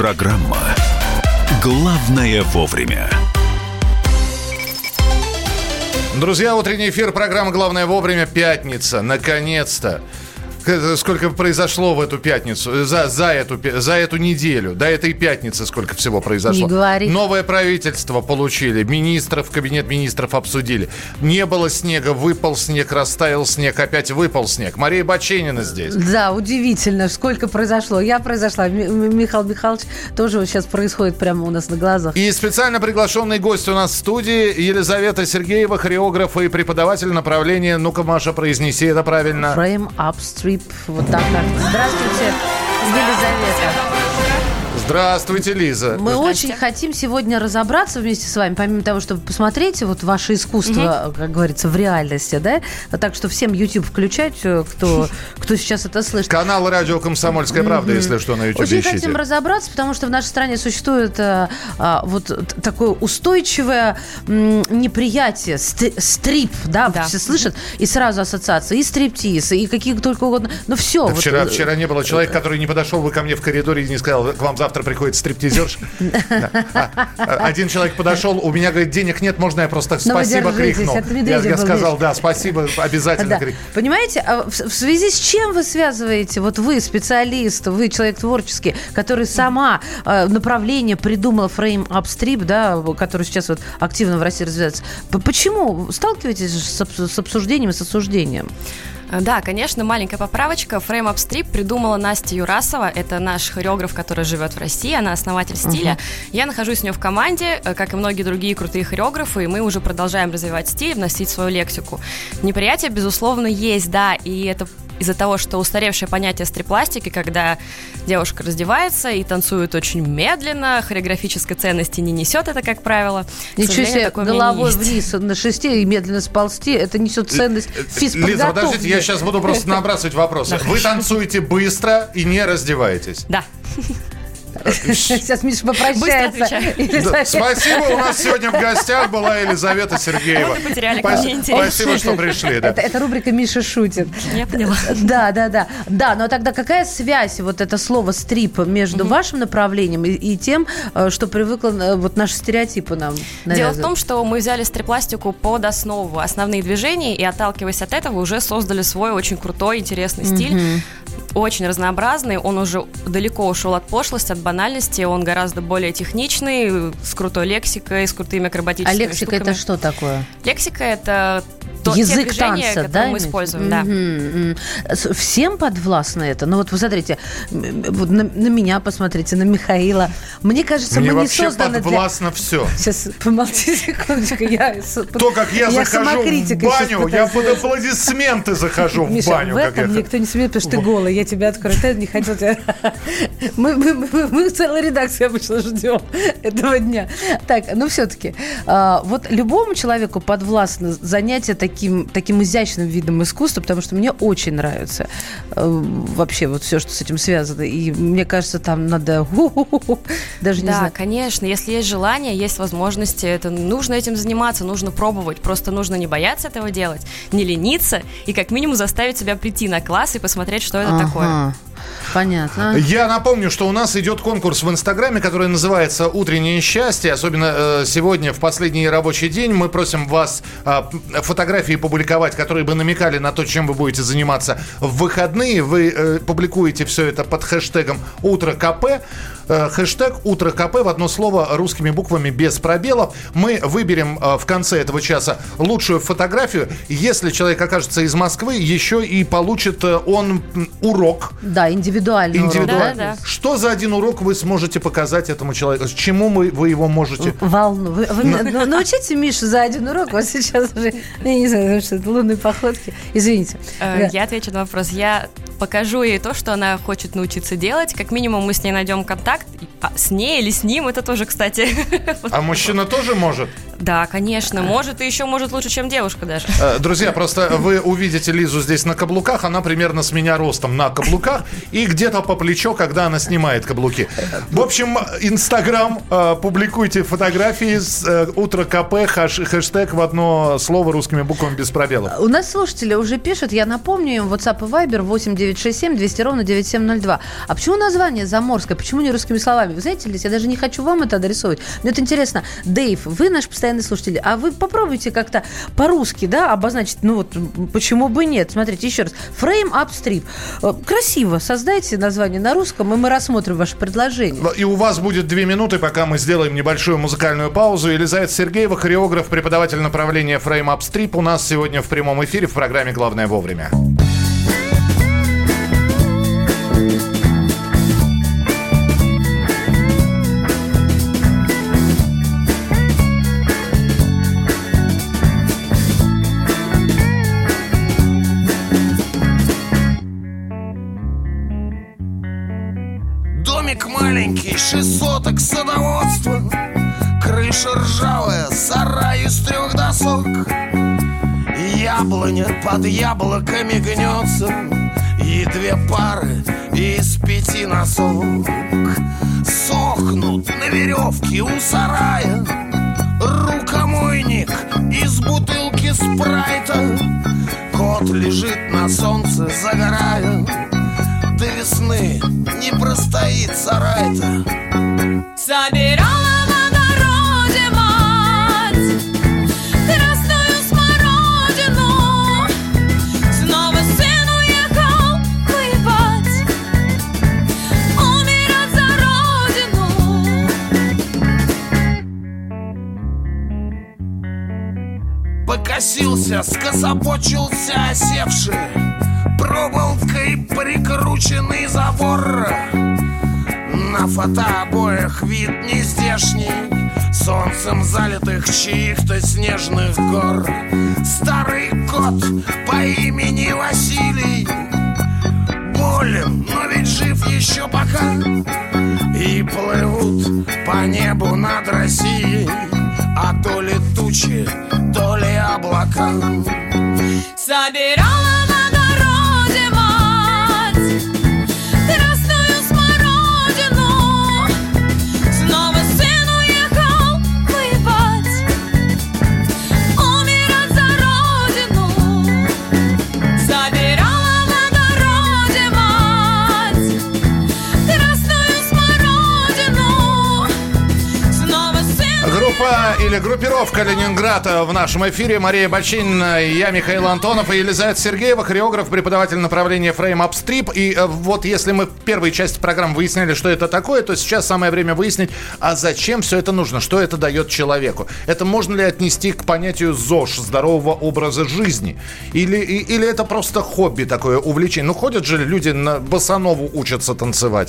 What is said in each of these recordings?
Программа «Главное вовремя». Друзья, утренний эфир, программа «Главное вовремя», пятница, наконец-то. Сколько произошло в эту пятницу, за эту неделю, до этой пятницы сколько всего произошло. Не говори. Новое правительство получили, министров, кабинет министров обсудили. Не было снега, выпал снег, растаял снег, опять выпал снег. Мария Баченина здесь. Да, удивительно, сколько произошло. Я произошла, Михаил Михайлович тоже вот сейчас происходит прямо у нас на глазах. И специально приглашенный гость у нас в студии Елизавета Сергеева, хореограф и преподаватель направления. Ну-ка, Маша, произнеси это правильно. Frame Up Strip. Вот так как. Здравствуйте, Елизавета. Здравствуйте, Лиза. Мы очень хотим сегодня разобраться вместе с вами, помимо того, чтобы посмотреть вот ваше искусство, как говорится, в реальности, да? Так что всем YouTube включать, кто сейчас это слышит. Канал радио «Комсомольская правда», если что, на YouTube очень ищите. хотим разобраться, потому что в нашей стране существует вот такое устойчивое неприятие, стрип, да? Все слышат, и сразу ассоциации, и стриптиз, и какие только угодно, ну все. Вот. Вчера не было человека, который не подошел бы ко мне в коридоре и не сказал: к вам завтра приходит стриптизерша. Один человек подошел, у меня, говорит, денег нет, можно я просто спасибо крикнул. Я сказал, да, спасибо, обязательно крикнул. Понимаете, в связи с чем вы связываете, вот вы специалист, вы человек творческий, который сама направление придумала Frame Up Strip, да, который сейчас вот активно в России развивается. Почему сталкиваетесь с обсуждением и с осуждением? Да, конечно, маленькая поправочка. Frame Up Strip придумала Настя Юрасова. Это наш хореограф, который живет в России. Она основатель стиля. Я нахожусь с ней в команде, как и многие другие крутые хореографы, и мы уже продолжаем развивать стиль, вносить свою лексику. Неприятие, безусловно, есть, да, и это из-за того, что устаревшее понятие стрип-пластики, когда девушка раздевается и танцует очень медленно, хореографической ценности не несет это, как правило. Ничего себе, головой вниз на шесте и медленно сползти, это несет ценность физподготовки. Лиза, подождите, я сейчас буду просто набрасывать вопросы. Вы танцуете быстро и не раздеваетесь? Да. Сейчас Миша попрощается. Спасибо, у нас сегодня в гостях была Елизавета Сергеева. Спасибо, что пришли. Это рубрика «Миша шутит». Я поняла. Да, но тогда какая связь, вот это слово «стрип» между вашим направлением и тем, что привыкла вот наши стереотипы нам навязывать? Дело в том, что мы взяли стрип-пластику под основу, основные движения, и, отталкиваясь от этого, уже создали свой очень крутой, интересный стиль. Очень разнообразный, он уже далеко ушел от пошлости, от банальности, он гораздо более техничный, с крутой лексикой, с крутыми акробатическими штуками. А лексика это что такое? Лексика это язык те движения, танца, которые да, мы используем, да. Всем подвластно это? Ну вот вы смотрите, вот на меня посмотрите, на Михаила. Мне кажется, мне мы не вообще созданы подвластно все. Сейчас, помолчи секундочку. То, как я захожу в баню, я под аплодисменты захожу в баню. В этом никто не смеет, потому что ты голый. Я тебя открою. Ты не хотел тебя... Мы целая редакция обычно ждем этого дня. Так, ну все-таки, вот любому человеку подвластно занятие таким изящным видом искусства, потому что мне очень нравится вообще вот все, что с этим связано. И мне кажется, там надо даже не знаю. Да, конечно. Если есть желание, есть возможности, это нужно этим заниматься, нужно пробовать. Просто нужно не бояться этого делать, не лениться и как минимум заставить себя прийти на класс и посмотреть, что это такое. Понятно. Я напомню, что у нас идет конкурс в Инстаграме, который называется «Утреннее счастье». Особенно сегодня, в последний рабочий день, мы просим вас фотографии публиковать, которые бы намекали на то, чем вы будете заниматься в выходные. Вы публикуете все это под хэштегом «Утро КП». Хэштег «Утро КП» в одно слово русскими буквами без пробелов. Мы выберем в конце этого часа лучшую фотографию. Если человек окажется из Москвы, еще и получит он урок. Да, индивидуальный урок. Да. Что за один урок вы сможете показать этому человеку? С чему вы его можете... Волну. Вы научите Мишу за один урок. Вот сейчас уже, я не знаю, что это лунные походки. Извините. Я отвечу на вопрос. Я покажу ей то, что она хочет научиться делать. Как минимум мы с ней найдем контакт. С ней или с ним, это тоже, кстати. А мужчина тоже может? Да, конечно, может и еще может лучше, чем девушка даже. Друзья, просто вы увидите Лизу здесь на каблуках, она примерно с меня ростом на каблуках и где-то по плечо, когда она снимает каблуки. В общем, Инстаграм, публикуйте фотографии с «Утро КП», хэштег в одно слово русскими буквами без пробелов. У нас слушатели уже пишут, я напомню им, WhatsApp и Viber 8-967-200-97-02. А почему название заморское? Почему не русскими словами? Вы знаете, Лиз, я даже не хочу вам это адресовать. Мне это интересно. Дэйв, вы наш постоянный слушатель, а вы попробуйте как-то по-русски, да, обозначить, ну вот, почему бы нет? Смотрите, еще раз. Frame Up Strip. Красиво. Создайте название на русском, и мы рассмотрим ваше предложение. И у вас будет 2 минуты, пока мы сделаем небольшую музыкальную паузу. Елизавета Сергеева, хореограф, преподаватель направления Frame Up Strip, у нас сегодня в прямом эфире в программе «Главное вовремя». Домик маленький, 6 соток садоводства, крыша ржавая, сарай из 3 досок. Яблоня под яблоками гнется, и 2 пары из 5 носок сохнут на веревке у сарая. Рукомойник из бутылки спрайта. Кот лежит на солнце, загорая. До весны не простоит сарай-то. Собирала в огороде мать красную смородину. Снова сын уехал воевать, умирать за родину. Покосился, скособочился осевший, проволокой прикрученный забор. На фотообоях вид нездешний, солнцем залитых чьих-то снежных гор. Старый кот по имени Василий болен, но ведь жив еще пока. И плывут по небу над Россией, а то ли тучи, то ли облака. Собирала в огороде мать красную смородину. Снова сын уехал воевать, умирать за родину. Собирала в огороде мать красную смородину. Снова сын. Группа или группировка Ленинграда в нашем эфире. Мария Бачинина, я Михаил Антонов и Елизавета Сергеева, хореограф, преподаватель направления Frame Up Strip. И вот если мы в первой части программы выясняли, что это такое, то сейчас самое время выяснить, а зачем все это нужно, что это дает человеку. Это можно ли отнести к понятию ЗОЖ, здорового образа жизни? Или это просто хобби такое, увлечение? Ну, ходят же люди на босанову учатся танцевать,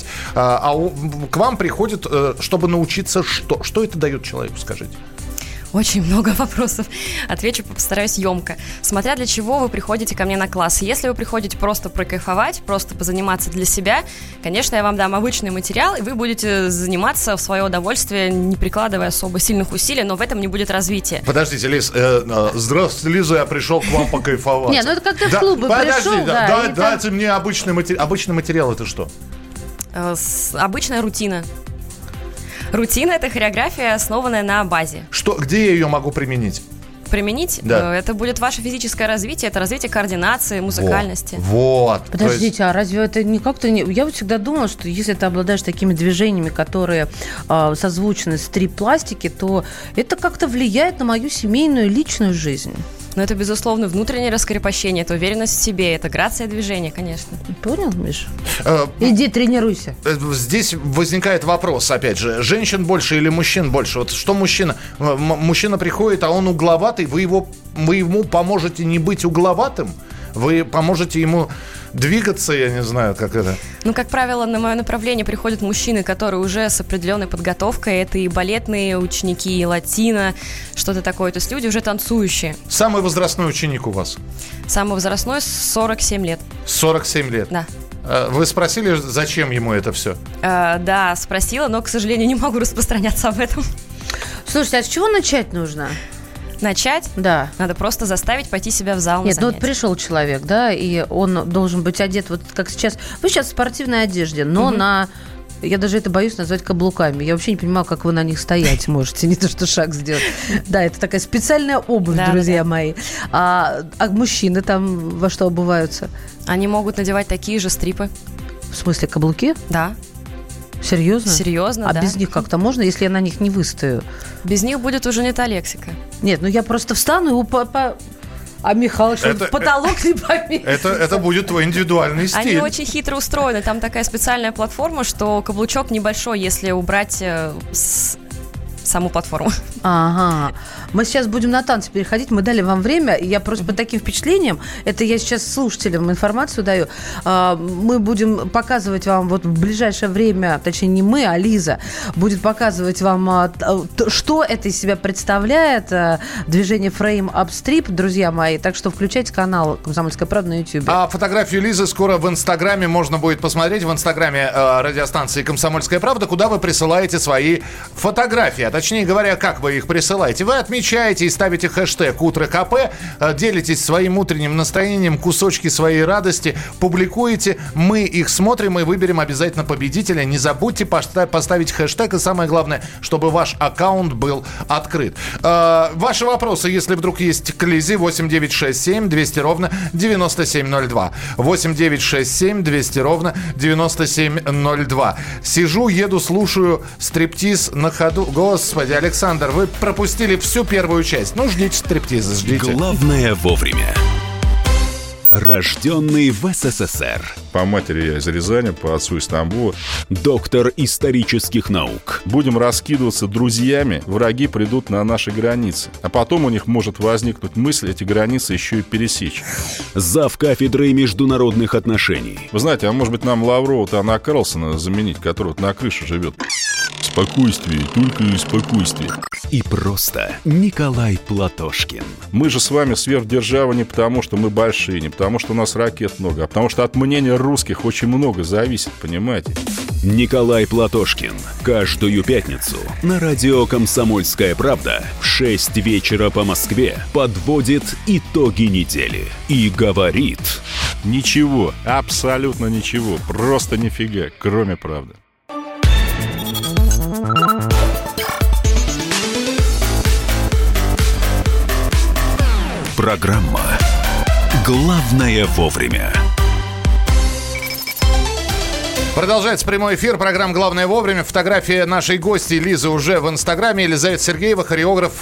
к вам приходят, чтобы научиться что? Что это дает человеку, скажите? Очень много вопросов. Отвечу, постараюсь емко. Смотря для чего вы приходите ко мне на класс. Если вы приходите просто прокайфовать, просто позаниматься для себя, конечно, я вам дам обычный материал, и вы будете заниматься в свое удовольствие, не прикладывая особо сильных усилий, но в этом не будет развития. Подождите, Лиз, здравствуйте, Лиза, я пришел к вам покайфовать. Не, ну это как ты в клубы пришел. Дайте мне обычный материал. Обычный материал это что? Обычная рутина. Рутина – это хореография, основанная на базе. Где я ее могу применить? Применить? Да. Это будет ваше физическое развитие, это развитие координации, музыкальности. Вот. Подождите, а разве это не как-то не... Я вот всегда думала, что если ты обладаешь такими движениями, которые созвучны стрип-пластике, то это как-то влияет на мою семейную личную жизнь. Но это, безусловно, внутреннее раскрепощение, это уверенность в себе, это грация движения, конечно. Понял, Миша? Иди тренируйся. Здесь возникает вопрос, опять же, женщин больше или мужчин больше? Вот что мужчина? Мужчина приходит, а он угловатый, вы ему поможете не быть угловатым? Вы поможете ему двигаться, я не знаю, как это. Ну, как правило, на мое направление приходят мужчины, которые уже с определенной подготовкой. Это и балетные ученики, и латино, что-то такое. То есть люди уже танцующие. Самый возрастной ученик у вас? Самый возрастной 47 лет. 47 лет? Да. Вы спросили, зачем ему это все? Да, спросила, но, к сожалению, не могу распространяться об этом. Слушайте, а с чего начать нужно? Начать Да. надо просто заставить пойти себя в зал на Нет, ну вот занятия. пришел человек, да, и он должен быть одет вот как сейчас. Вы сейчас в спортивной одежде, но на... Я даже это боюсь назвать каблуками. Я вообще не понимаю, как вы на них стоять можете, не то что шаг сделать. Да, это такая специальная обувь, Да, друзья мои. А мужчины там во что обуваются? Они могут надевать такие же стрипы. В смысле, каблуки? Да, Серьезно? серьезно, А да. без них как-то можно, если я на них не выстою? Без них будет уже не та лексика. Нет, ну я просто встану и А Михалыч, он Это- в потолок не поместится. Это будет твой индивидуальный стиль. Они очень хитро устроены. Там такая специальная платформа, что каблучок небольшой, если убрать саму платформу. Ага. Мы сейчас будем на танцы переходить. Мы дали вам время. И я просто по таким впечатлениям, это я сейчас слушателям информацию даю, мы будем показывать вам вот в ближайшее время, точнее не мы, а Лиза, будет показывать вам, что это из себя представляет движение Frame Up Strip, друзья мои. Так что включайте канал «Комсомольская правда» на YouTube. А фотографию Лизы скоро в Инстаграме можно будет посмотреть. В Инстаграме радиостанции «Комсомольская правда», куда вы присылаете свои фотографии. А точнее говоря, как вы их присылаете. Вы отмечаете и ставите хэштег «Утро КП», делитесь своим утренним настроением, кусочки своей радости, публикуете. Мы их смотрим и выберем обязательно победителя. Не забудьте поставить хэштег. И самое главное, чтобы ваш аккаунт был открыт. Ваши вопросы, если вдруг есть к Лизе, 8967 200 ровно 9702. 8967 200 ровно 9702. Сижу, еду, слушаю стриптиз на ходу. Господи, Александр, вы пропустили всю первую часть. Ну, ждите стриптиза, ждите. Главное вовремя. Рожденный в СССР. По матери я из Рязани, по отцу из Тамбова. Доктор исторических наук. Будем раскидываться друзьями, враги придут на наши границы. А потом у них может возникнуть мысль эти границы еще и пересечь. Зав. Кафедрой международных отношений. Вы знаете, а может быть нам Лаврова-то Анна Карлсона заменить, который вот на крыше живет? Спокойствие, только спокойствие. И просто Николай Платошкин. Мы же с вами сверхдержава не потому, что мы большие, не потому, что у нас ракет много, а потому что от мнения русских очень много зависит, понимаете? Николай Платошкин. Каждую пятницу на радио «Комсомольская правда» в 6 вечера по Москве подводит итоги недели и говорит: Ничего, абсолютно ничего, просто нифига, кроме правды. программа «Главное вовремя». Продолжается прямой эфир. Программа «Главное вовремя». Фотография нашей гости Лизы уже в Инстаграме. Елизавета Сергеева, хореограф,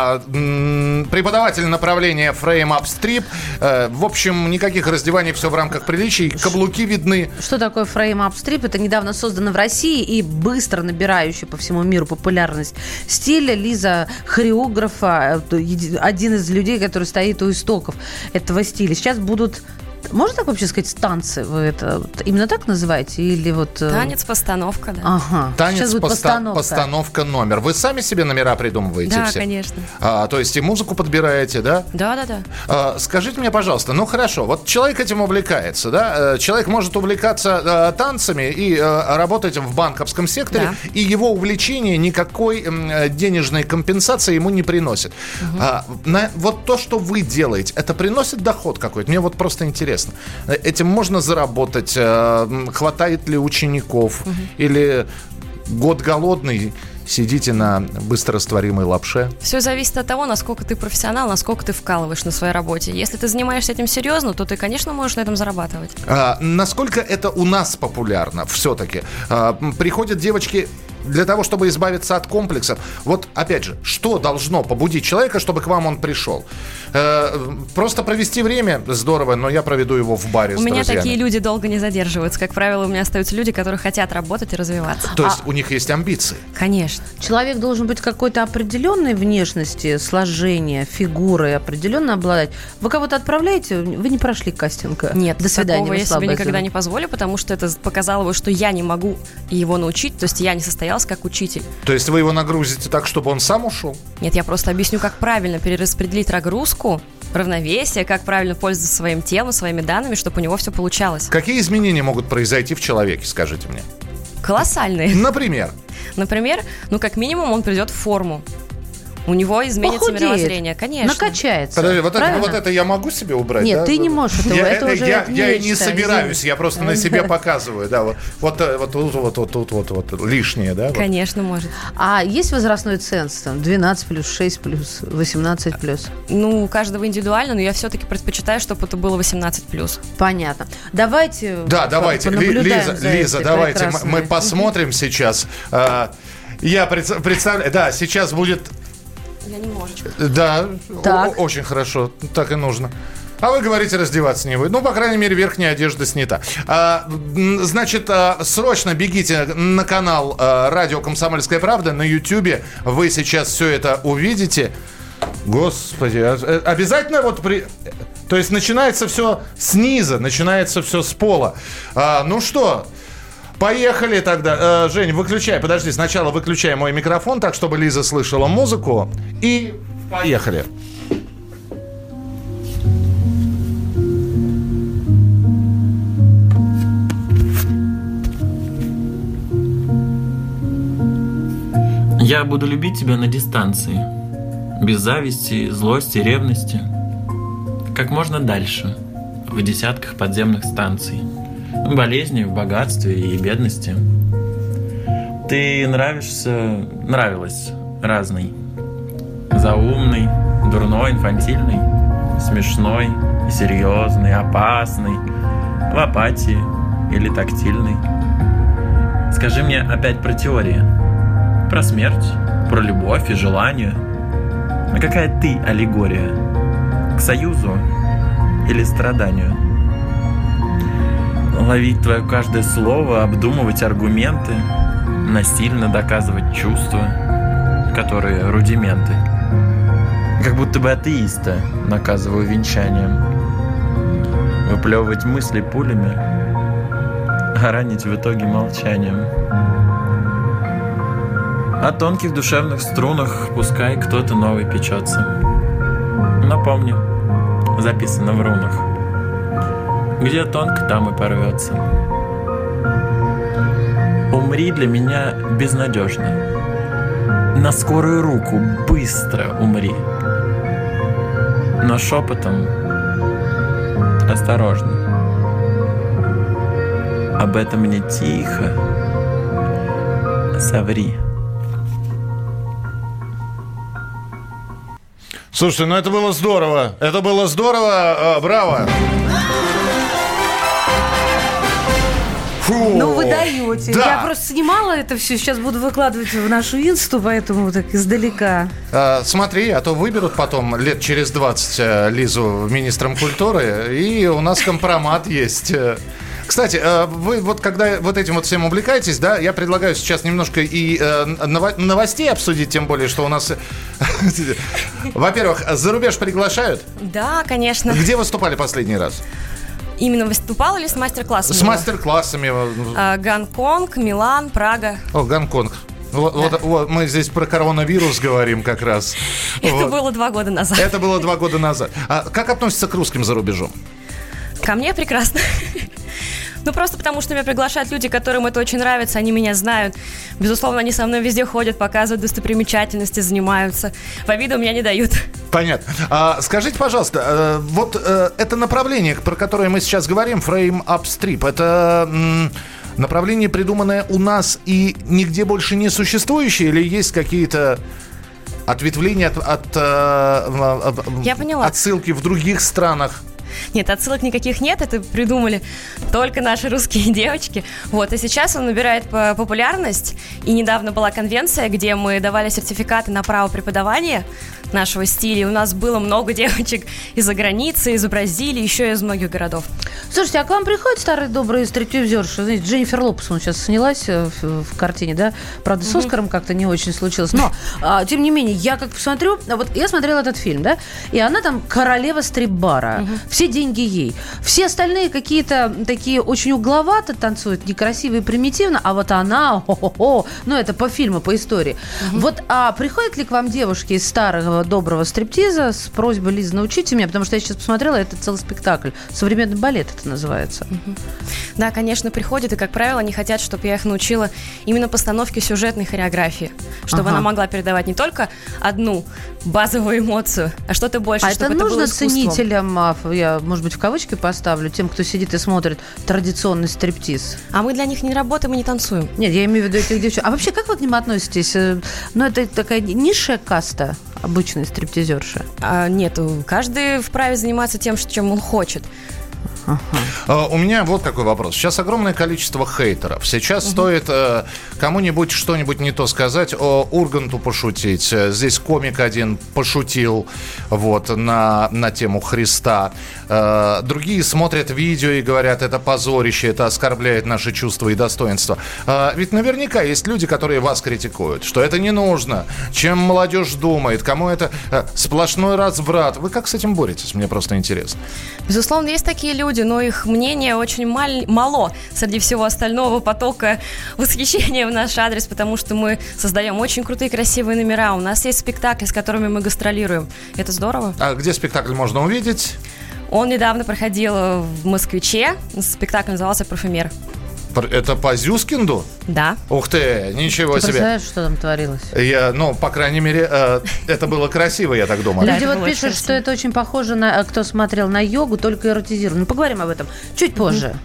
преподаватель направления Frame Up Strip. В общем, никаких раздеваний, все в рамках приличий. Каблуки видны. Что такое Frame Up Strip? Это недавно создано в России и быстро набирающий по всему миру популярность стиля. Лиза хореограф, один из людей, который стоит у истоков этого стиля. Сейчас будут... Можно так вообще сказать, танцы? Вы это именно так называете? Или вот... Танец-постановка, да. Ага. Танец, Сейчас будет постановка, номер. Вы сами себе номера придумываете Да, все? конечно. То есть и музыку подбираете, да? Да. Скажите мне, пожалуйста, ну хорошо, вот человек этим увлекается, да? Человек может увлекаться танцами и работать в банковском секторе, Да. и его увлечение никакой денежной компенсации ему не приносит. Вот то, что вы делаете, это приносит доход какой-то? Мне вот просто интересно. Этим можно заработать? Хватает ли учеников? Или год голодный, сидите на быстрорастворимой лапше? Все зависит от того, насколько ты профессионал, насколько ты вкалываешь на своей работе. Если ты занимаешься этим серьезно, то ты, конечно, можешь на этом зарабатывать. Насколько это у нас популярно все-таки? Приходят девочки для того, чтобы избавиться от комплексов. Вот, опять же, что должно побудить человека, чтобы к вам он пришел? Просто провести время здорово, но я проведу его в баре с У меня друзьями. такие люди долго не задерживаются. Как правило, у меня остаются люди, которые хотят работать и развиваться. То есть у них есть амбиции? Конечно. Человек должен быть какой-то определенной внешности, сложения, фигуры, определенно обладать. Вы кого-то отправляете, вы не прошли кастинг. Нет, до свидания. такого вы я себе слабая никогда звезда. не позволю, потому что это показало бы, что я не могу его научить, то есть я не состоялась как учитель. То есть вы его нагрузите так, чтобы он сам ушел? Нет, я просто объясню, как правильно перераспределить нагрузку, равновесие, как правильно пользоваться своим телом, своими данными, чтобы у него все получалось. Какие изменения могут произойти в человеке, скажите мне? Колоссальные. Например? Например, как минимум он придет в форму. у него изменится Похудеет. мировоззрение, конечно. Накачается. Подожди, вот Правильно? это я могу себе убрать? Нет, да? ты не можешь этого. Это уже я и не нечто, собираюсь, извини. я просто на себе показываю. Да, вот тут лишнее, да? Вот. Конечно, может. А есть возрастной ценз? Там 12 плюс, 6 плюс, 18 плюс? Ну, у каждого индивидуально, но я все-таки предпочитаю, чтобы это было 18+. Понятно. Давайте Да, давайте. понаблюдаем за Лиза, этой давайте. Мы прекрасной. посмотрим сейчас. Я представляю, да, сейчас будет... Я немножечко. Да, Так. очень хорошо, так и нужно. А вы говорите, раздеваться не будет. Ну, по крайней мере, верхняя одежда снята. Значит, срочно бегите на канал «Радио Комсомольская правда» на Ютьюбе. Вы сейчас все это увидите. Господи, обязательно То есть начинается все снизу, начинается все с пола. Ну что... Поехали тогда. Жень, выключай, подожди, сначала выключай мой микрофон, так, чтобы Лиза слышала музыку. И поехали. Я буду любить тебя на дистанции, без зависти, злости, ревности. Как можно дальше, в десятках подземных станций. В болезни, в богатстве и бедности. Ты нравилась разной. Заумный, дурной, инфантильный, смешной, серьезный, опасный, в апатии или тактильный. Скажи мне опять про теории, про смерть, про любовь и желание. А какая ты аллегория? К союзу или страданию? Ловить твое каждое слово, обдумывать аргументы, насильно доказывать чувства, которые рудименты. Как будто бы атеиста наказываю венчанием. Выплевывать мысли пулями, а ранить в итоге молчанием. О тонких душевных струнах пускай кто-то новый печется. Но помни, записано в рунах. Где тонко, там и порвется. Умри для меня безнадежно. На скорую руку быстро умри. Но шепотом осторожно. Об этом мне тихо соври. Слушайте, ну это было здорово. Это было здорово. Браво. Фу. Ну, вы даете. Да. Я просто снимала это все, сейчас буду выкладывать в нашу инсту, поэтому так издалека. Смотри, а то выберут потом лет через 20 Лизу министром культуры, и у нас компромат есть. Кстати, вы вот когда вот этим вот всем увлекаетесь, да, я предлагаю сейчас немножко и новостей обсудить, тем более, что у нас... Во-первых, за рубеж приглашают? Да, конечно. Где выступали последний раз? Именно выступал или с мастер-классами? С мастер-классами. Гонконг, Милан, Прага. О, Гонконг. Вот мы здесь про коронавирус говорим как раз. Это было 2 года назад. Это было 2 года назад. А как относятся к русским за рубежом? Ко мне прекрасно. Ну, просто потому, что меня приглашают люди, которым это очень нравится, они меня знают. Безусловно, они со мной везде ходят, показывают достопримечательности, занимаются. По виду меня не дают. Понятно. Скажите, пожалуйста, вот это направление, про которое мы сейчас говорим, Frame Up Strip, это направление, придуманное у нас и нигде больше не существующее, или есть какие-то ответвления Я поняла. отсылки в других странах? Нет, отсылок никаких нет, это придумали только наши русские девочки. Вот, и сейчас он набирает популярность. И недавно была конвенция, где мы давали сертификаты на право преподавания нашего стиля. И у нас было много девочек из-за границы, из Бразилии, еще из многих городов. Слушайте, а к вам приходят старые добрые стриптизерши? Знаете, Дженнифер Лопес, он сейчас снялась в картине, да? Правда, с Оскаром как-то не очень случилось. Но, тем не менее, я как посмотрю... Вот я смотрела этот фильм, да? И она там королева стрип-бара. Все все деньги ей. Все остальные какие-то такие очень угловато танцуют, некрасиво и примитивно, а вот она, ну, это по фильму, по истории. Вот, а приходят ли к вам девушки из старого доброго стриптиза с просьбой: Лиза, научите меня, потому что я сейчас посмотрела, это целый спектакль. Современный балет это называется. Да, конечно, приходят, и, как правило, они хотят, чтобы я их научила именно постановке сюжетной хореографии, чтобы она могла передавать не только одну базовую эмоцию, а что-то больше, А чтобы это это нужно было искусством. ценителям, я, может быть, в кавычки поставлю, тем, кто сидит и смотрит традиционный стриптиз? А мы для них не работаем и не танцуем. Нет, я имею в виду этих девчонок. А вообще, как вы к ним относитесь? Ну, это такая низшая каста, обычные стриптизерши. Нет, каждый вправе заниматься тем, чем он хочет. У меня вот какой вопрос. Сейчас огромное количество хейтеров. Сейчас стоит кому-нибудь что-нибудь не то сказать, о Урганту пошутить. Здесь комик один пошутил вот, на тему Христа. Другие смотрят видео и говорят, это позорище, это оскорбляет наши чувства и достоинства. Ведь наверняка есть люди, которые вас критикуют, что это не нужно, чем молодежь думает, кому это сплошной разврат. Вы как с этим боретесь? Мне просто интересно. Безусловно, есть такие люди, но их мнение очень мало среди всего остального потока восхищения в наш адрес, потому что мы создаем очень крутые, красивые номера. У нас есть спектакли, с которыми мы гастролируем. Это здорово. А где спектакль можно увидеть? Он недавно проходил в Москвиче. Спектакль назывался «Парфюмер». Это по Зюскинду? Да. Ух ты, ничего Ты себе. представляешь, что там творилось? По крайней мере, это было красиво, я так думаю. Да, Люди это вот было пишут, очень что это очень похоже на, кто смотрел на йогу, только эротизированную. Ну, поговорим об этом чуть позже.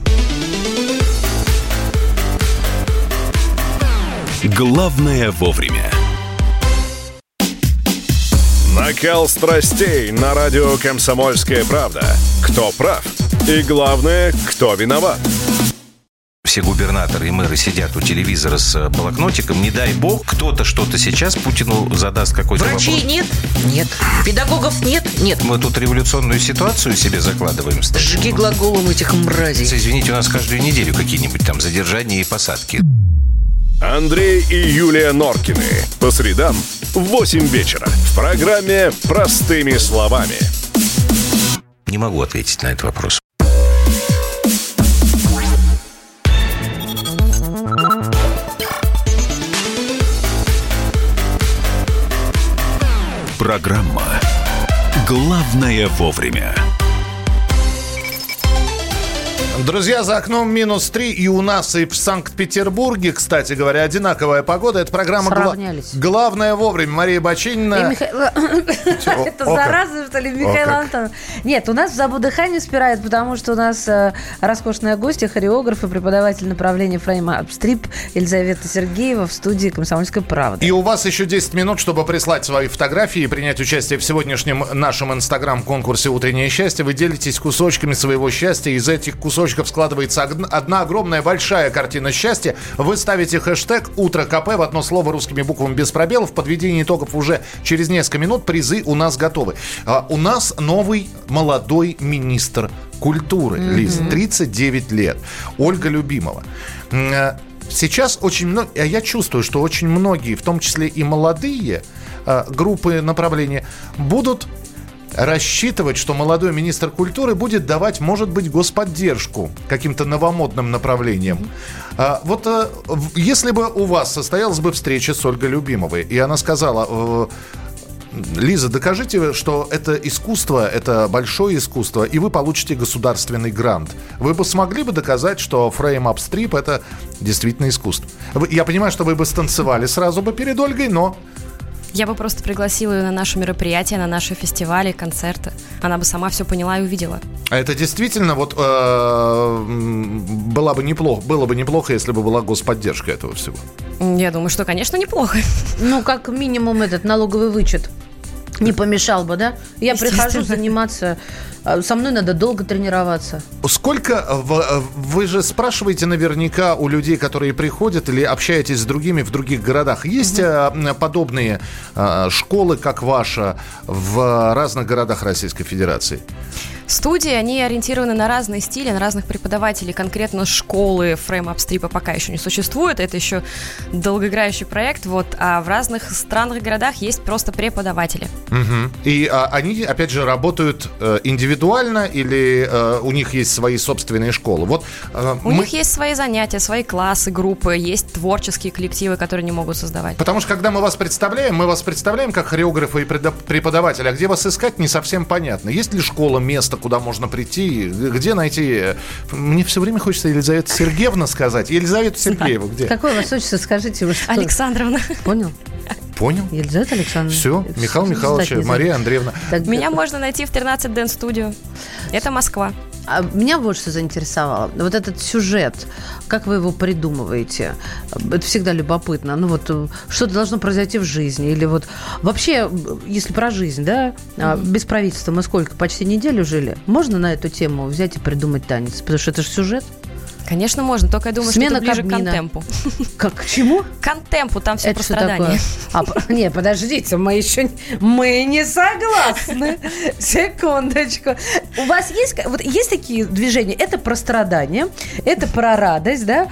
Главное вовремя. Накал страстей на радио «Комсомольская правда». Кто прав? И главное, кто виноват? Все губернаторы и мэры сидят у телевизора с блокнотиком. Не дай бог, кто-то что-то сейчас Путину задаст какой-то Врачей вопрос. нет? Нет. Педагогов нет? Нет. Мы тут революционную ситуацию себе закладываем. Сжги глаголом этих мразей. Извините, у нас каждую неделю какие-нибудь там задержания и посадки. Андрей и Юлия Норкины. По средам в 8 вечера. В программе «Простыми словами». Не могу ответить на этот вопрос. Программа «Главное вовремя». Друзья, за окном -3, и у нас, и в Санкт-Петербурге, кстати говоря, одинаковая погода. Это программа Сравнялись. «Главное вовремя». Мария Бачинина. Это зараза, что ли, Михаил Антонов? Нет, у нас в «Забу дыхание» спирает, потому что у нас роскошная гостья, хореограф и преподаватель направления фрейм-ап-стрип Елизавета Сергеева в студии «Комсомольской правды». И у вас еще 10 минут, чтобы прислать свои фотографии и принять участие в сегодняшнем нашем инстаграм-конкурсе «Утреннее счастье». Вы делитесь кусочками своего счастья. Из этих кусочков складывается одна огромная большая картина счастья. Вы ставите хэштег «Утро КП» в одно слово русскими буквами без пробелов. В подведении итогов уже через несколько минут призы у нас готовы. У нас новый молодой министр культуры, Лиз, 39 лет. Ольга Любимова. Сейчас очень много, я чувствую, что очень многие, в том числе и молодые группы направления, будут рассчитывать, что молодой министр культуры будет давать, может быть, господдержку каким-то новомодным направлениям. Если бы у вас состоялась бы встреча с Ольгой Любимовой, и она сказала: Лиза, докажите, что это искусство, это большое искусство, и вы получите государственный грант. Вы бы смогли бы доказать, что фрейм-ап-стрип – это действительно искусство? Я понимаю, что вы бы станцевали сразу бы перед Ольгой, но... Я бы просто пригласила ее на наше мероприятие, на наши фестивали, концерты. Она бы сама все поняла и увидела. А это действительно было бы неплохо, если бы была господдержка этого всего? Я думаю, что, конечно, неплохо. Ну, как минимум этот налоговый вычет не помешал бы, да? Я прихожу заниматься, со мной надо долго тренироваться. Сколько, вы же спрашиваете наверняка у людей, которые приходят, или общаетесь с другими в других городах. Есть подобные школы, как ваша, в разных городах Российской Федерации? Студии, они ориентированы на разные стили, на разных преподавателей. Конкретно школы фрейм-апстрипа пока еще не существует. Это еще долгоиграющий проект. А в разных странах и городах есть просто преподаватели. Угу. И они, опять же, работают индивидуально или у них есть свои собственные школы? У них есть свои занятия, свои классы, группы, есть творческие коллективы, которые они могут создавать. Потому что, когда мы вас представляем как хореографа и преподавателя, а где вас искать, не совсем понятно. Есть ли школа, место, куда можно прийти, где найти? Мне все время хочется Елизавета Сергеевна сказать. Елизавета Сергеева, где? Какое у вас отчество, скажите? Вы что? Александровна. Понял? Елизавета Александровна. Все, Михаил Михайлович, Мария Андреевна. Меня можно найти в 13 Dance Studio. Это Москва. А меня вот что заинтересовало. Вот этот сюжет, как вы его придумываете? Это всегда любопытно. Что-то должно произойти в жизни. Или вообще, если про жизнь, да, без правительства мы сколько? Почти неделю жили. Можно на эту тему взять и придумать танец? Потому что это же сюжет. Конечно, можно, только я думаю, что это ближе к контемпу. Как, к чему? К контемпу, там все про страдания. Не, подождите, мы не согласны. Секундочку. У вас есть такие движения? Это про страдания, это про радость, да?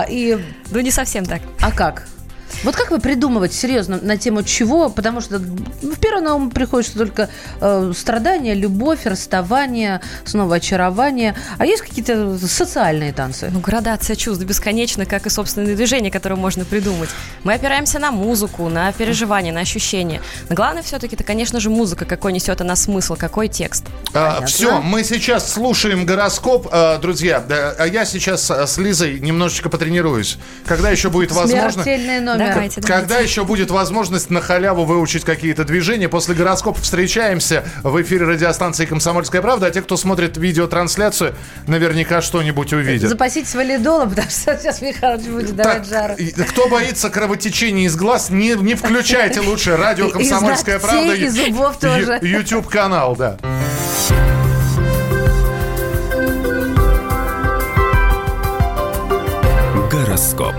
Не совсем так. А как? Как вы придумываете, серьезно, на тему чего? Потому что в первое на ум приходит, что только страдания, любовь, расставание, снова очарование. А есть какие-то социальные танцы? Градация чувств бесконечна, как и собственные движения, которые можно придумать. Мы опираемся на музыку, на переживания, на ощущения. Но главное все-таки, это, конечно же, музыка, какой несет она смысл, какой текст. Все, мы сейчас слушаем гороскоп. Друзья, я сейчас с Лизой немножечко потренируюсь. Когда еще будет возможно... Смертельный номер. Когда еще будет возможность на халяву выучить какие-то движения? После гороскопа встречаемся в эфире радиостанции «Комсомольская правда». А те, кто смотрит видеотрансляцию, наверняка что-нибудь увидят. Запаситесь валидолом, потому что сейчас Михайлович будет давать жару. Кто боится кровотечения из глаз, не включайте лучше радио «Комсомольская правда». И зубов тоже. YouTube-канал, да. Гороскоп.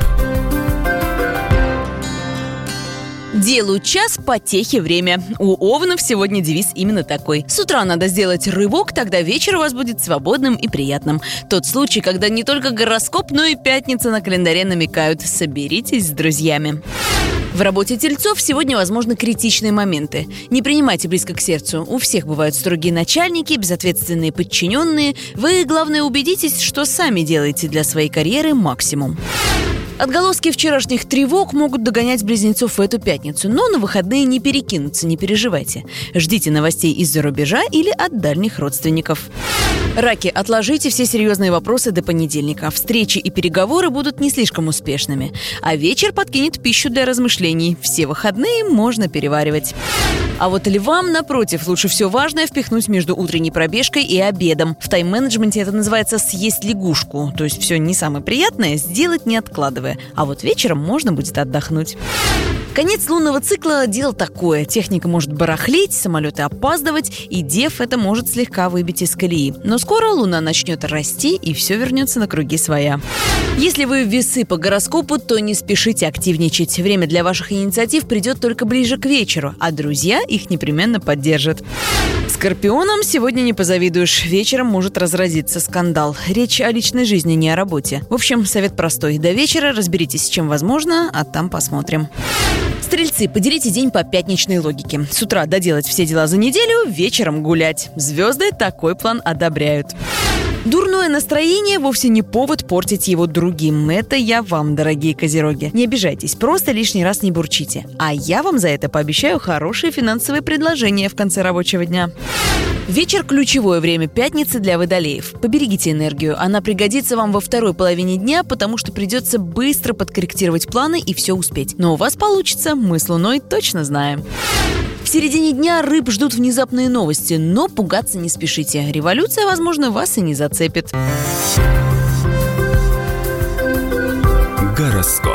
Делу час, потехе время. У овнов сегодня девиз именно такой. С утра надо сделать рывок, тогда вечер у вас будет свободным и приятным. Тот случай, когда не только гороскоп, но и пятница на календаре намекают. Соберитесь с друзьями. В работе тельцов сегодня возможны критичные моменты. Не принимайте близко к сердцу. У всех бывают строгие начальники, безответственные подчиненные. Вы, главное, убедитесь, что сами делаете для своей карьеры максимум. Отголоски вчерашних тревог могут догонять близнецов в эту пятницу, но на выходные не перекинуться, не переживайте. Ждите новостей из-за рубежа или от дальних родственников. Раки, отложите все серьезные вопросы до понедельника. Встречи и переговоры будут не слишком успешными. А вечер подкинет пищу для размышлений. Все выходные можно переваривать. А вот львам, напротив, лучше все важное впихнуть между утренней пробежкой и обедом. В тайм-менеджменте это называется «съесть лягушку». То есть все не самое приятное сделать не откладывая. А вот вечером можно будет отдохнуть. Конец лунного цикла – дело такое. Техника может барахлить, самолеты опаздывать, и дев это может слегка выбить из колеи. Но скоро луна начнет расти, и все вернется на круги своя. Если вы весы по гороскопу, то не спешите активничать. Время для ваших инициатив придет только ближе к вечеру, а друзья их непременно поддержат. Скорпионам сегодня не позавидуешь. Вечером может разразиться скандал. Речь о личной жизни, не о работе. В общем, совет простой. До вечера разберитесь, с чем возможно, а там посмотрим. Стрельцы, поделите день по пятничной логике. С утра доделать все дела за неделю, вечером гулять. Звезды такой план одобряют. Дурное настроение вовсе не повод портить его другим. Это я вам, дорогие козероги. Не обижайтесь, просто лишний раз не бурчите. А я вам за это пообещаю хорошие финансовые предложения в конце рабочего дня. Вечер – ключевое время пятницы для водолеев. Поберегите энергию. Она пригодится вам во второй половине дня, потому что придется быстро подкорректировать планы и все успеть. Но у вас получится, мы с Луной точно знаем. В середине дня рыб ждут внезапные новости, но пугаться не спешите. Революция, возможно, вас и не зацепит. Гороскоп.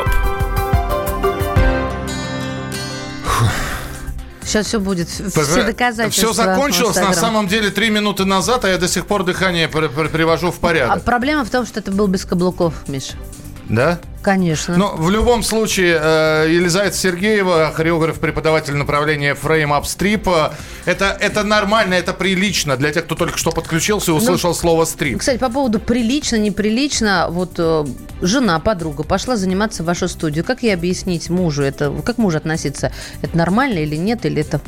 Сейчас все будет, все доказательства. Все закончилось, на самом деле, 3 минуты назад, а я до сих пор дыхание привожу в порядок. А проблема в том, что это был без каблуков, Миша. Да? Конечно. Но в любом случае, Елизавета Сергеева, хореограф, преподаватель направления Frame Up Strip, это нормально, это прилично для тех, кто только что подключился и услышал слово «стрип». Кстати, по поводу прилично, неприлично, вот жена, подруга пошла заниматься в вашу студию. Как ей объяснить мужу это? Как мужу относиться? Это нормально или нет? Или это...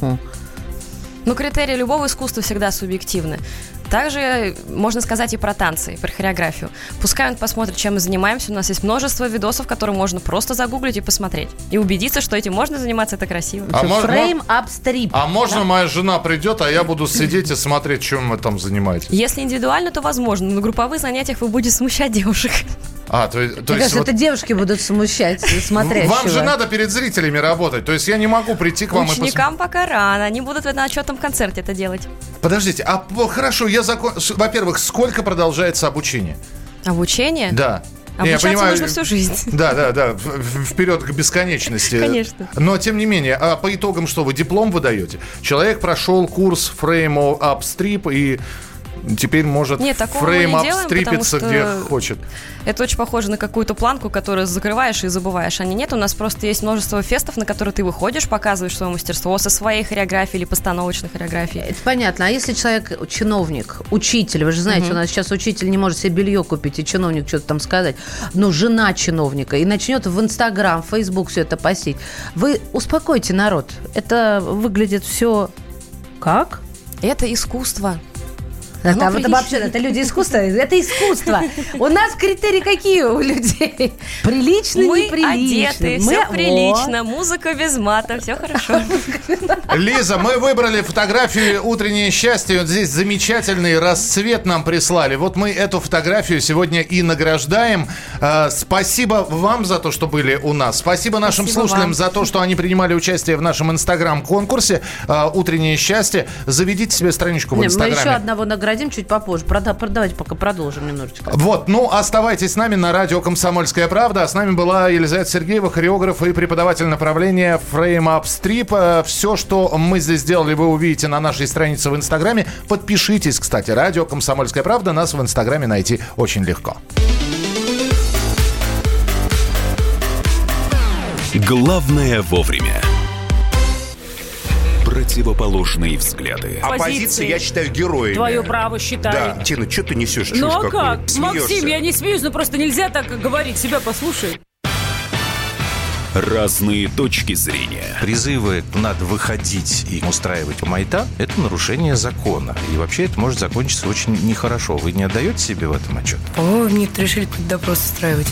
Ну, критерии любого искусства всегда субъективны. Также можно сказать и про танцы, и про хореографию. Пускай он посмотрит, чем мы занимаемся. У нас есть множество видосов, которые можно просто загуглить и посмотреть. И убедиться, что этим можно заниматься, это красиво. Frame Up Strip. А можно моя жена придет, а я буду сидеть и смотреть, чем вы там занимаетесь? Если индивидуально, то возможно. Но на групповых занятиях вы будете смущать девушек. То есть вот это девушки будут смущать смотрящего. Вам же надо перед зрителями работать. То есть я не могу прийти к вам Ученикам пока рано. Они будут на отчетном концерте это делать. Подождите, хорошо, во-первых, сколько продолжается обучение? Обучение? Да. Обучаться нужно всю жизнь. Да, вперед к бесконечности. Конечно. Но, тем не менее, по итогам что, вы диплом выдаете? Человек прошел курс Frame Up Strip и теперь может фрейм-ап стрипиться где хочет. Это очень похоже на какую-то планку, которую закрываешь и забываешь. Нет, у нас просто есть множество фестов, на которые ты выходишь, показываешь свое мастерство со своей хореографией или постановочной хореографией. Это понятно. А если человек чиновник, учитель, вы же знаете, у нас сейчас учитель не может себе белье купить, и чиновник что-то там сказать, но жена чиновника, и начнет в Инстаграм, в Фейсбук все это постить. Вы успокойте народ. Это выглядит все как? Это искусство. Это вообще, это люди искусства, это искусство. У нас критерии какие у людей? Прилично, неприлично. Мы одеты, все прилично, музыка без мата, все хорошо. Лиза, мы выбрали фотографию «Утреннее счастье». Вот здесь замечательный расцвет нам прислали. Вот мы эту фотографию сегодня и награждаем. Спасибо вам за то, что были у нас. Спасибо нашим слушателям за то, что они принимали участие в нашем инстаграм-конкурсе «Утреннее счастье». Заведите себе страничку в инстаграме. Мы еще одного наградим чуть попозже. Давайте пока продолжим немножечко. Вот, оставайтесь с нами на радио «Комсомольская правда». А с нами была Елизавета Сергеева, хореограф и преподаватель направления Frame Up Strip. Все, что мы здесь сделали, вы увидите на нашей странице в Инстаграме. Подпишитесь, кстати. Радио «Комсомольская правда». Нас в Инстаграме найти очень легко. Главное вовремя. Противоположные взгляды. Оппозиция, я считаю, героями. Твое право считаю. Да, Тина, что ты несешь? Ну а как? Максим, я не смеюсь, но просто нельзя так говорить. Себя послушай. Разные точки зрения. Призывы «надо выходить и устраивать майдан» — это нарушение закона. И вообще это может закончиться очень нехорошо. Вы не отдаете себе в этом отчет? По-моему, нет, решили допрос устраивать.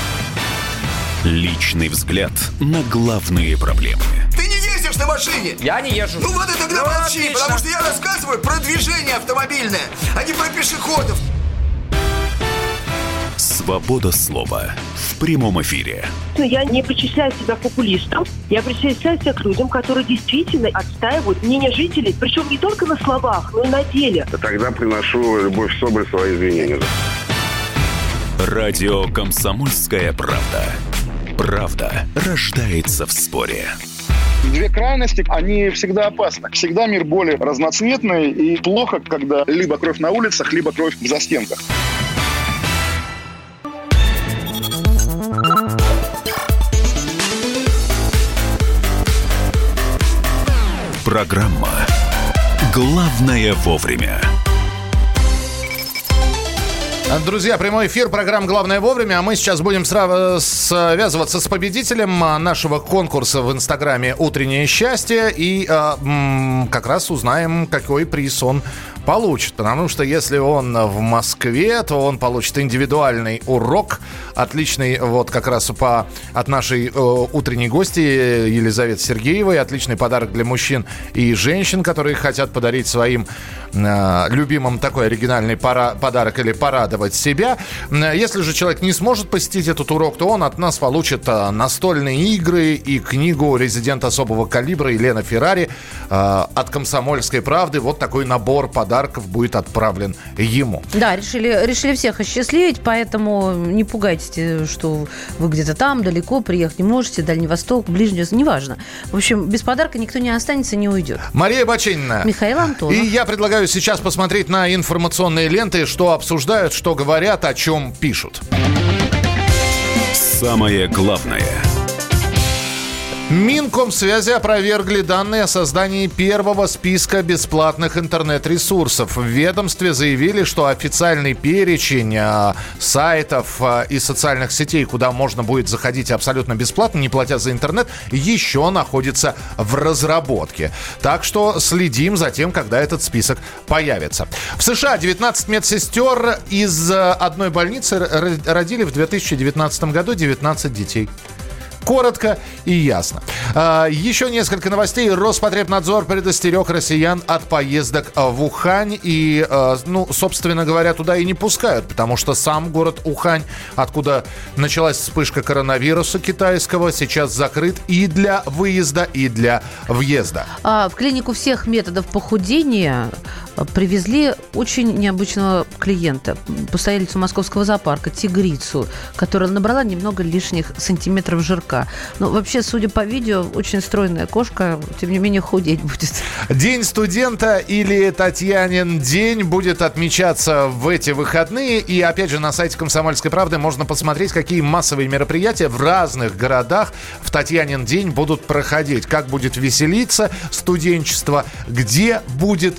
Личный взгляд на главные проблемы. Ты не ездишь на машине? Я не езжу. Ну вот и тогда молчи, потому что я рассказываю про движение автомобильное, а не про пешеходов. Свобода слова в прямом эфире. Я не причисляю себя популистом, я причисляю себя к людям, которые действительно отстаивают мнение жителей, причем не только на словах, но и на деле. Тогда приношу Любовь Соболь свои извинения. Радио «Комсомольская правда». Правда рождается в споре. Две крайности, они всегда опасны. Всегда мир более разноцветный, и плохо, когда либо кровь на улицах, либо кровь в застенках. Программа «Главное вовремя». Друзья, прямой эфир, программа «Главное вовремя», а мы сейчас будем связываться с победителем нашего конкурса в Инстаграме «Утреннее счастье» и как раз узнаем, какой приз он получит. Потому что если он в Москве, то он получит индивидуальный урок, отличный вот как раз от нашей утренней гости Елизаветы Сергеевой, отличный подарок для мужчин и женщин, которые хотят подарить своим любимым такой оригинальный подарок или порадовать себя. Если же человек не сможет посетить этот урок, то он от нас получит настольные игры и книгу «Резидент особого калибра» Елена Феррари от «Комсомольской правды». Вот такой набор подарков будет отправлен ему. Да, решили всех осчастливить, поэтому не пугайтесь, что вы где-то там, далеко, приехать не можете, Дальний Восток, Ближний Восток, неважно. В общем, без подарка никто не останется, не уйдет. Мария Баченина. Михаил Антонов. И я предлагаю сейчас посмотреть на информационные ленты, что обсуждают, что говорят, о чем пишут. самое главное. Минкомсвязи опровергли данные о создании первого списка бесплатных интернет-ресурсов. В ведомстве заявили, что официальный перечень сайтов и социальных сетей, куда можно будет заходить абсолютно бесплатно, не платя за интернет, еще находится в разработке. Так что следим за тем, когда этот список появится. В США 19 медсестер из одной больницы родили в 2019 году 19 детей. Коротко и ясно. Еще несколько новостей. Роспотребнадзор предостерег россиян от поездок в Ухань. И, собственно говоря, туда и не пускают, потому что сам город Ухань, откуда началась вспышка коронавируса китайского, сейчас закрыт и для выезда, и для въезда. В клинику всех методов похудения привезли очень необычного клиента, постоялицу московского зоопарка, тигрицу, которая набрала немного лишних сантиметров жирка. Но вообще, судя по видео, очень стройная кошка, тем не менее, худеть будет. День студента или Татьянин день будет отмечаться в эти выходные. И, опять же, на сайте «Комсомольской правды» можно посмотреть, какие массовые мероприятия в разных городах в Татьянин день будут проходить. Как будет веселиться студенчество, где будут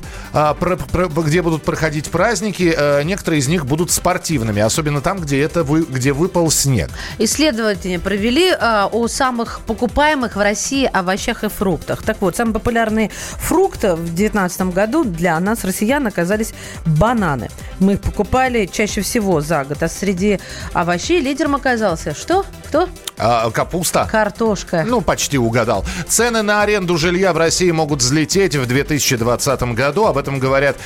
проходить праздники. Некоторые из них будут спортивными, особенно там, где выпал снег. Исследователи провели о самых покупаемых в России овощах и фруктах. Так вот, самые популярные фрукты в 2019 году для нас, россиян, оказались бананы. Мы их покупали чаще всего за год. А среди овощей лидером оказался что? Кто? Капуста. Картошка. Почти угадал. Цены на аренду жилья в России могут взлететь в 2020 году. Об этом говорят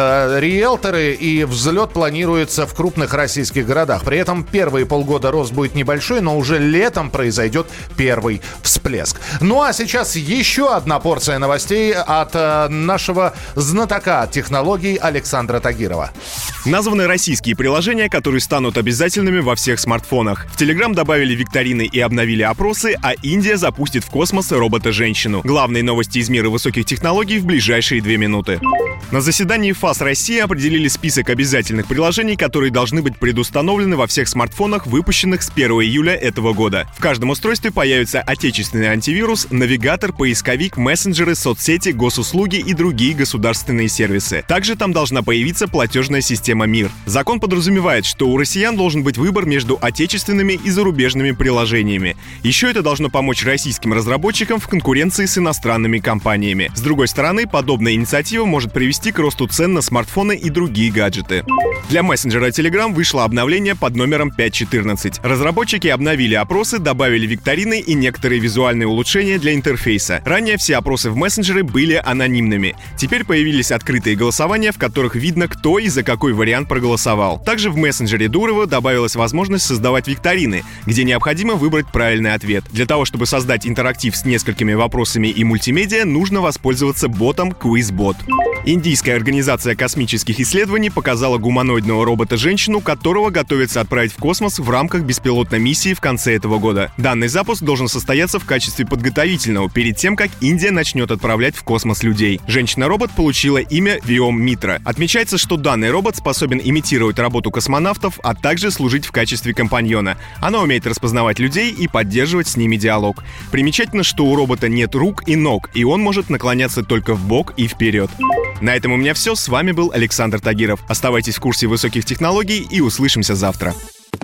риэлторы. И взлет планируется в крупных российских городах. При этом первые полгода рост будет небольшой, но уже летом произойдет первый всплеск. Ну а сейчас еще одна порция новостей от нашего знатока технологий Александра Тагирова. Названы российские приложения, которые станут обязательными во всех смартфонах. В Telegram добавили викторины и обновили опросы, а Индия запустит в космос робота-женщину. Главные новости из мира высоких технологий в ближайшие 2 минуты. На заседании ФАС России определили список обязательных приложений, которые должны быть предустановлены во всех смартфонах, выпущенных с 1 июля этого года. В каждом устройстве появится отечественный антивирус, навигатор, поисковик, мессенджеры, соцсети, госуслуги и другие государственные сервисы. Также там должна появиться платежная система МИР. Закон подразумевает, что у россиян должен быть выбор между отечественными и зарубежными приложениями. Еще это должно помочь российским разработчикам в конкуренции с иностранными компаниями. С другой стороны, подобная инициатива может привести к росту цен на смартфоны и другие гаджеты. Для мессенджера Telegram вышло обновление под номером 5.14. Разработчики обновили опросы, добавили викторины и некоторые визуальные улучшения для интерфейса. Ранее все опросы в мессенджере были анонимными. Теперь появились открытые голосования, в которых видно, кто и за какой вариант проголосовал. Также в мессенджере Дурова добавилась возможность создавать викторины, где необходимо выбрать правильный ответ. Для того, чтобы создать интерактив с несколькими вопросами и мультимедиа, нужно воспользоваться ботом QuizBot. Индийская организация космических исследований показала гуманоидного робота-женщину, которого готовится отправить в космос в рамках беспилотной миссии в конце этого года. Данный запуск должен состояться в качестве подготовительного перед тем, как Индия начнет отправлять в космос людей. Женщина-робот получила имя Виом Митра. Отмечается, что данный робот способен имитировать работу космонавтов, а также служить в качестве компаньона. Она умеет распознавать людей и поддерживать с ними диалог. Примечательно, что у робота нет рук и ног, и он может наклоняться только вбок и вперед. На этом у меня все. С вами был Александр Тагиров. Оставайтесь в курсе высоких технологий и услышимся завтра.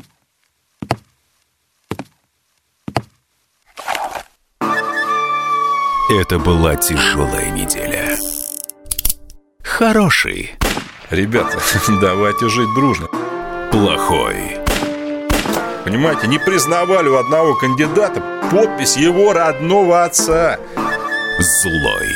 Это была тяжелая неделя. Хороший. Ребята, давайте жить дружно. Плохой. Понимаете, не признавали у одного кандидата подпись его родного отца. Злой.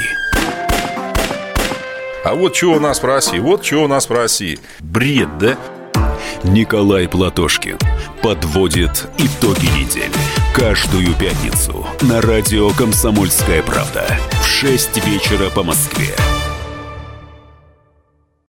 А вот что у нас в России, Бред, да? Николай Платошкин подводит итоги недели. Каждую пятницу на радио «Комсомольская правда» в 6 вечера по Москве.